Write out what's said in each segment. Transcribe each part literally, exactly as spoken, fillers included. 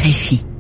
F I.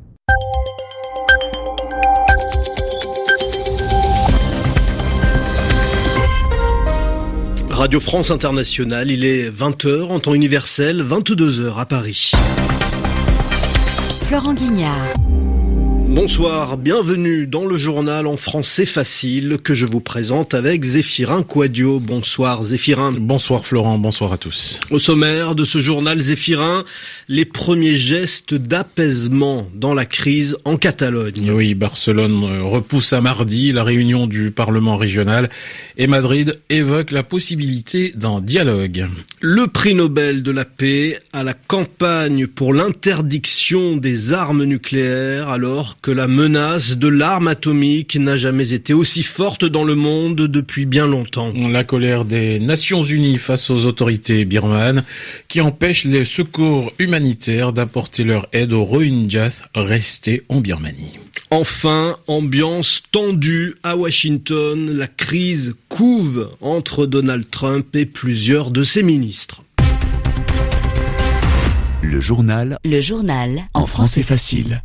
Radio France Internationale, il est vingt heures en temps universel, vingt-deux heures à Paris. Florent Guignard. Bonsoir, bienvenue dans le journal en français facile que je vous présente avec Zéphirin Quadio. Bonsoir Zéphirin. Bonsoir Florent, bonsoir à tous. Au sommaire de ce journal Zéphirin, les premiers gestes d'apaisement dans la crise en Catalogne. Oui, Barcelone repousse à mardi la réunion du Parlement régional et Madrid évoque la possibilité d'un dialogue. Le prix Nobel de la paix à la campagne pour l'interdiction des armes nucléaires alors que la menace de l'arme atomique n'a jamais été aussi forte dans le monde depuis bien longtemps. La colère des Nations Unies face aux autorités birmanes qui empêchent les secours humanitaires d'apporter leur aide aux Rohingyas restés en Birmanie. Enfin, ambiance tendue à Washington, la crise couve entre Donald Trump et plusieurs de ses ministres. Le journal. Le journal. En français facile.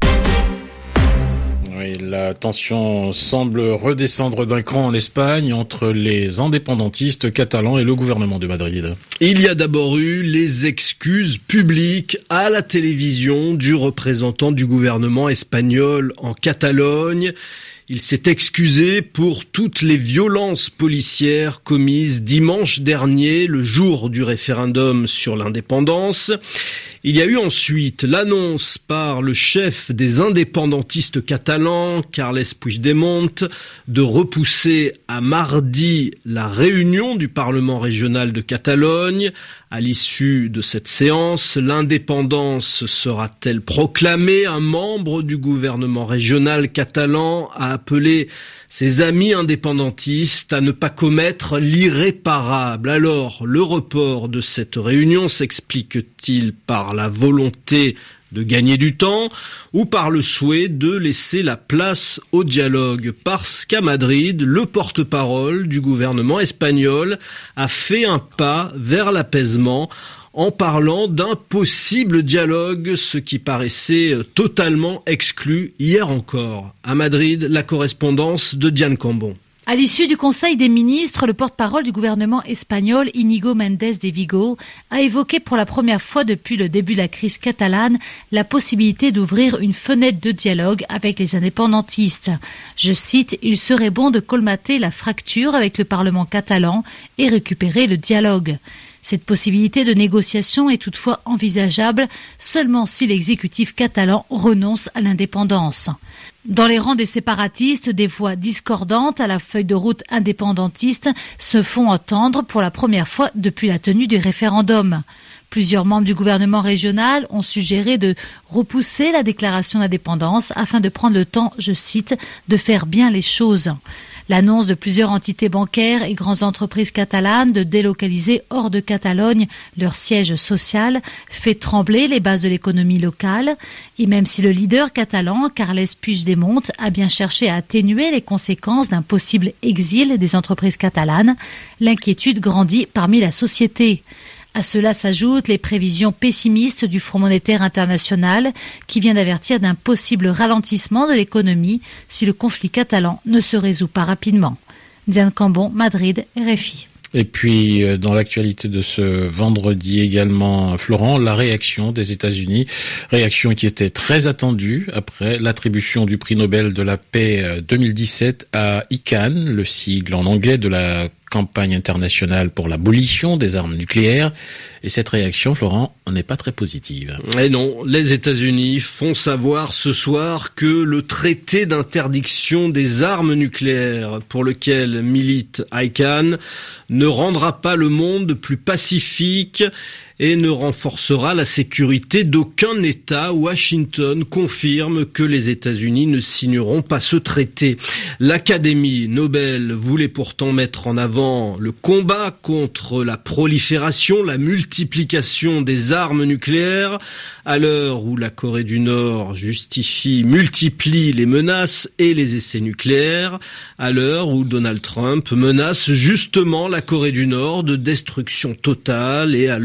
Oui, la tension semble redescendre d'un cran en Espagne entre les indépendantistes catalans et le gouvernement de Madrid. Il y a d'abord eu les excuses publiques à la télévision du représentant du gouvernement espagnol en Catalogne. Il s'est excusé pour toutes les violences policières commises dimanche dernier, le jour du référendum sur l'indépendance. Il y a eu ensuite l'annonce par le chef des indépendantistes catalans, Carles Puigdemont, de repousser à mardi la réunion du Parlement régional de Catalogne. À l'issue de cette séance, l'indépendance sera-t-elle proclamée? Un membre du gouvernement régional catalan a appelé ses amis indépendantistes à ne pas commettre l'irréparable. Alors, le report de cette réunion s'explique-t-il par la volonté de gagner du temps ou par le souhait de laisser la place au dialogue? Parce qu'à Madrid, le porte-parole du gouvernement espagnol a fait un pas vers l'apaisement en parlant d'un possible dialogue, ce qui paraissait totalement exclu hier encore. À Madrid, la correspondance de Diane Cambon. À l'issue du Conseil des ministres, le porte-parole du gouvernement espagnol, Íñigo Méndez de Vigo, a évoqué pour la première fois depuis le début de la crise catalane la possibilité d'ouvrir une fenêtre de dialogue avec les indépendantistes. Je cite, « Il serait bon de colmater la fracture avec le Parlement catalan et récupérer le dialogue ». Cette possibilité de négociation est toutefois envisageable seulement si l'exécutif catalan renonce à l'indépendance. Dans les rangs des séparatistes, des voix discordantes à la feuille de route indépendantiste se font entendre pour la première fois depuis la tenue du référendum. Plusieurs membres du gouvernement régional ont suggéré de repousser la déclaration d'indépendance afin de prendre le temps, je cite, de faire bien les choses. L'annonce de plusieurs entités bancaires et grandes entreprises catalanes de délocaliser hors de Catalogne leur siège social fait trembler les bases de l'économie locale. Et même si le leader catalan, Carles Puigdemont, a bien cherché à atténuer les conséquences d'un possible exil des entreprises catalanes, l'inquiétude grandit parmi la société. À cela s'ajoutent les prévisions pessimistes du Fonds monétaire international qui vient d'avertir d'un possible ralentissement de l'économie si le conflit catalan ne se résout pas rapidement. Diane Cambon, Madrid, R F I. Et puis, dans l'actualité de ce vendredi également, Florent, la réaction des États-Unis, réaction qui était très attendue après l'attribution du prix Nobel de la paix deux mille dix-sept à I C A N, le sigle en anglais de la campagne internationale pour l'abolition des armes nucléaires. Et cette réaction, Florent, n'est pas très positive. Et non, les États-Unis font savoir ce soir que le traité d'interdiction des armes nucléaires pour lequel milite I C A N ne rendra pas le monde plus pacifique et ne renforcera la sécurité d'aucun État. Washington confirme que les États-Unis ne signeront pas ce traité. L'Académie Nobel voulait pourtant mettre en avant le combat contre la prolifération, la multiplication des armes nucléaires. À l'heure où la Corée du Nord justifie, multiplie les menaces et les essais nucléaires, à l'heure où Donald Trump menace justement la Corée du Nord de destruction totale et à l'heure encore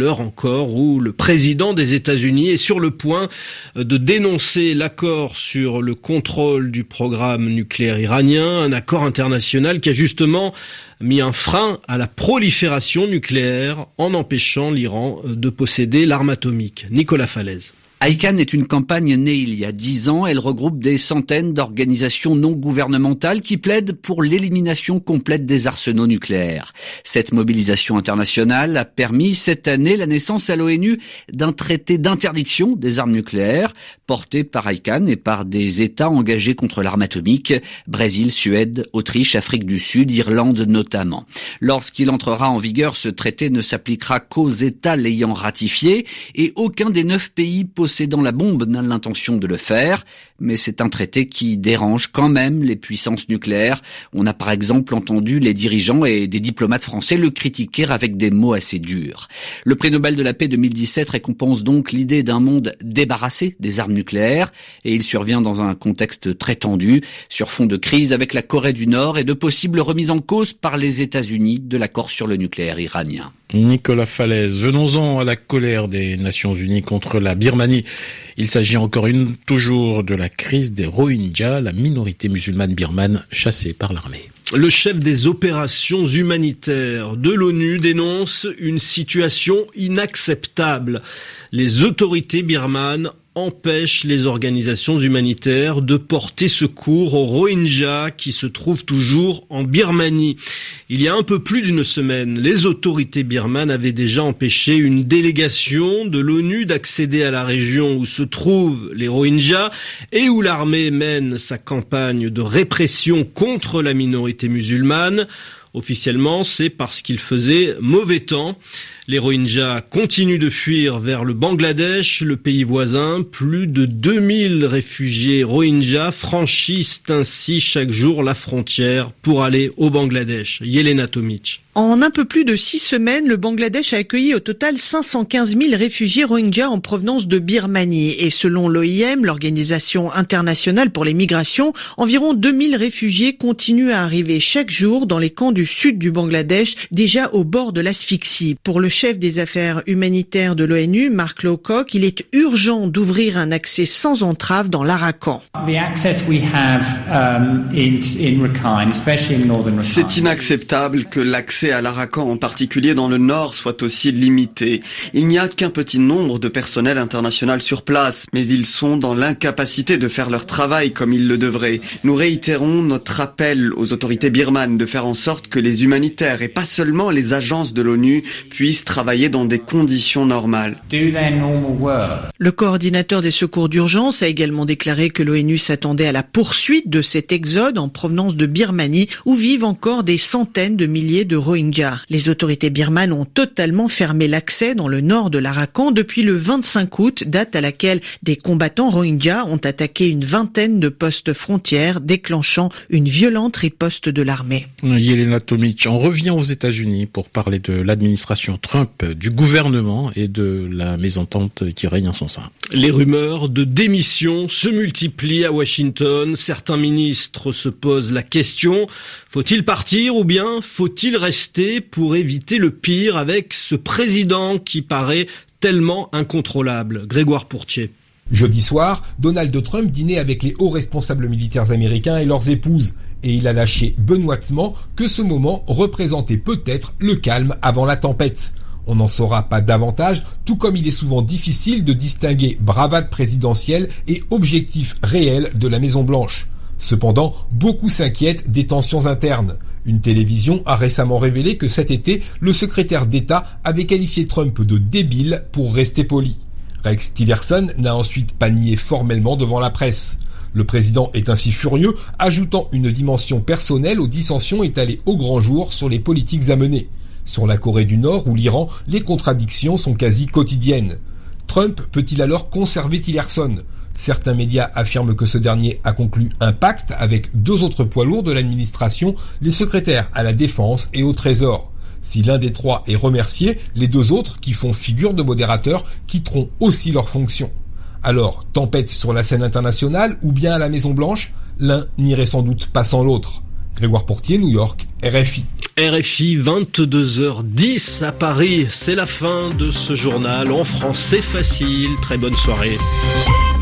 encore où le président des États-Unis est sur le point de dénoncer l'accord sur le contrôle du programme nucléaire iranien, un accord international qui a justement mis un frein à la prolifération nucléaire en empêchant l'Iran de posséder l'arme atomique. Nicolas Falaise. ICAN est une campagne née il y a dix ans. Elle regroupe des centaines d'organisations non gouvernementales qui plaident pour l'élimination complète des arsenaux nucléaires. Cette mobilisation internationale a permis cette année la naissance à l'ONU d'un traité d'interdiction des armes nucléaires porté par ICAN et par des États engagés contre l'arme atomique, Brésil, Suède, Autriche, Afrique du Sud, Irlande notamment. Lorsqu'il entrera en vigueur, ce traité ne s'appliquera qu'aux États l'ayant ratifié et aucun des neuf pays possédant la bombe n'a l'intention de le faire, mais c'est un traité qui dérange quand même les puissances nucléaires. On a par exemple entendu les dirigeants et des diplomates français le critiquer avec des mots assez durs. Le prix Nobel de la paix deux mille dix-sept récompense donc l'idée d'un monde débarrassé des armes nucléaires et il survient dans un contexte très tendu, sur fond de crise avec la Corée du Nord et de possibles remises en cause par les États-Unis de l'accord sur le nucléaire iranien. Nicolas Falaise, venons-en à la colère des Nations Unies contre la Birmanie. Il s'agit encore une toujours de la crise des Rohingyas, la minorité musulmane birmane chassée par l'armée. Le chef des opérations humanitaires de l'ONU dénonce une situation inacceptable. Les autorités birmanes empêchent les organisations humanitaires de porter secours aux Rohingyas qui se trouvent toujours en Birmanie. Il y a un peu plus d'une semaine, les autorités birmanes avaient déjà empêché une délégation de l'ONU d'accéder à la région où se trouvent les Rohingyas et où l'armée mène sa campagne de répression contre la minorité musulmane. Officiellement, c'est parce qu'il faisait mauvais temps. Les Rohingyas continuent de fuir vers le Bangladesh, le pays voisin. Plus de deux mille réfugiés Rohingyas franchissent ainsi chaque jour la frontière pour aller au Bangladesh. Yelena Tomic. En un peu plus de six semaines, le Bangladesh a accueilli au total cinq cent quinze mille réfugiés Rohingyas en provenance de Birmanie. Et selon l'O I M, l'Organisation internationale pour les migrations, environ deux mille réfugiés continuent à arriver chaque jour dans les camps du sud du Bangladesh, déjà au bord de l'asphyxie. Pour le chef des affaires humanitaires de l'ONU, Mark Lowcock, il est urgent d'ouvrir un accès sans entrave dans l'Arakan. C'est inacceptable que l'accès à l'Arakan, en particulier dans le nord, soit aussi limité. Il n'y a qu'un petit nombre de personnel international sur place, mais ils sont dans l'incapacité de faire leur travail comme ils le devraient. Nous réitérons notre appel aux autorités birmanes de faire en sorte que les humanitaires, et pas seulement les agences de l'ONU, puissent travailler dans des conditions normales. Le coordinateur des secours d'urgence a également déclaré que l'ONU s'attendait à la poursuite de cet exode en provenance de Birmanie, où vivent encore des centaines de milliers de Rohingyas. Les autorités birmanes ont totalement fermé l'accès dans le nord de l'Arakan depuis le vingt-cinq août, date à laquelle des combattants Rohingyas ont attaqué une vingtaine de postes frontières, déclenchant une violente riposte de l'armée. Yelena Tomic, on revient aux États-Unis pour parler de l'administration Trump, du gouvernement et de la mésentente qui règne en son sein. Les rumeurs de démission se multiplient à Washington. Certains ministres se posent la question, faut-il partir ou bien faut-il rester pour éviter le pire avec ce président qui paraît tellement incontrôlable? Grégoire Pourtier. Jeudi soir, Donald Trump dînait avec les hauts responsables militaires américains et leurs épouses. Et il a lâché benoîtement que ce moment représentait peut-être le calme avant la tempête. On n'en saura pas davantage, tout comme il est souvent difficile de distinguer bravade présidentielle et objectif réel de la Maison-Blanche. Cependant, beaucoup s'inquiètent des tensions internes. Une télévision a récemment révélé que cet été, le secrétaire d'État avait qualifié Trump de débile pour rester poli. Rex Tillerson n'a ensuite pas nié formellement devant la presse. Le président est ainsi furieux, ajoutant une dimension personnelle aux dissensions étalées au grand jour sur les politiques à mener. Sur la Corée du Nord ou l'Iran, les contradictions sont quasi quotidiennes. Trump peut-il alors conserver Tillerson ? Certains médias affirment que ce dernier a conclu un pacte avec deux autres poids lourds de l'administration, les secrétaires à la Défense et au Trésor. Si l'un des trois est remercié, les deux autres, qui font figure de modérateurs, quitteront aussi leurs fonctions. Alors, tempête sur la scène internationale ou bien à la Maison-Blanche ? L'un n'irait sans doute pas sans l'autre. Grégoire Portier, New York, R F I. R F I, vingt-deux heures dix à Paris. C'est la fin de ce journal en français facile. Très bonne soirée.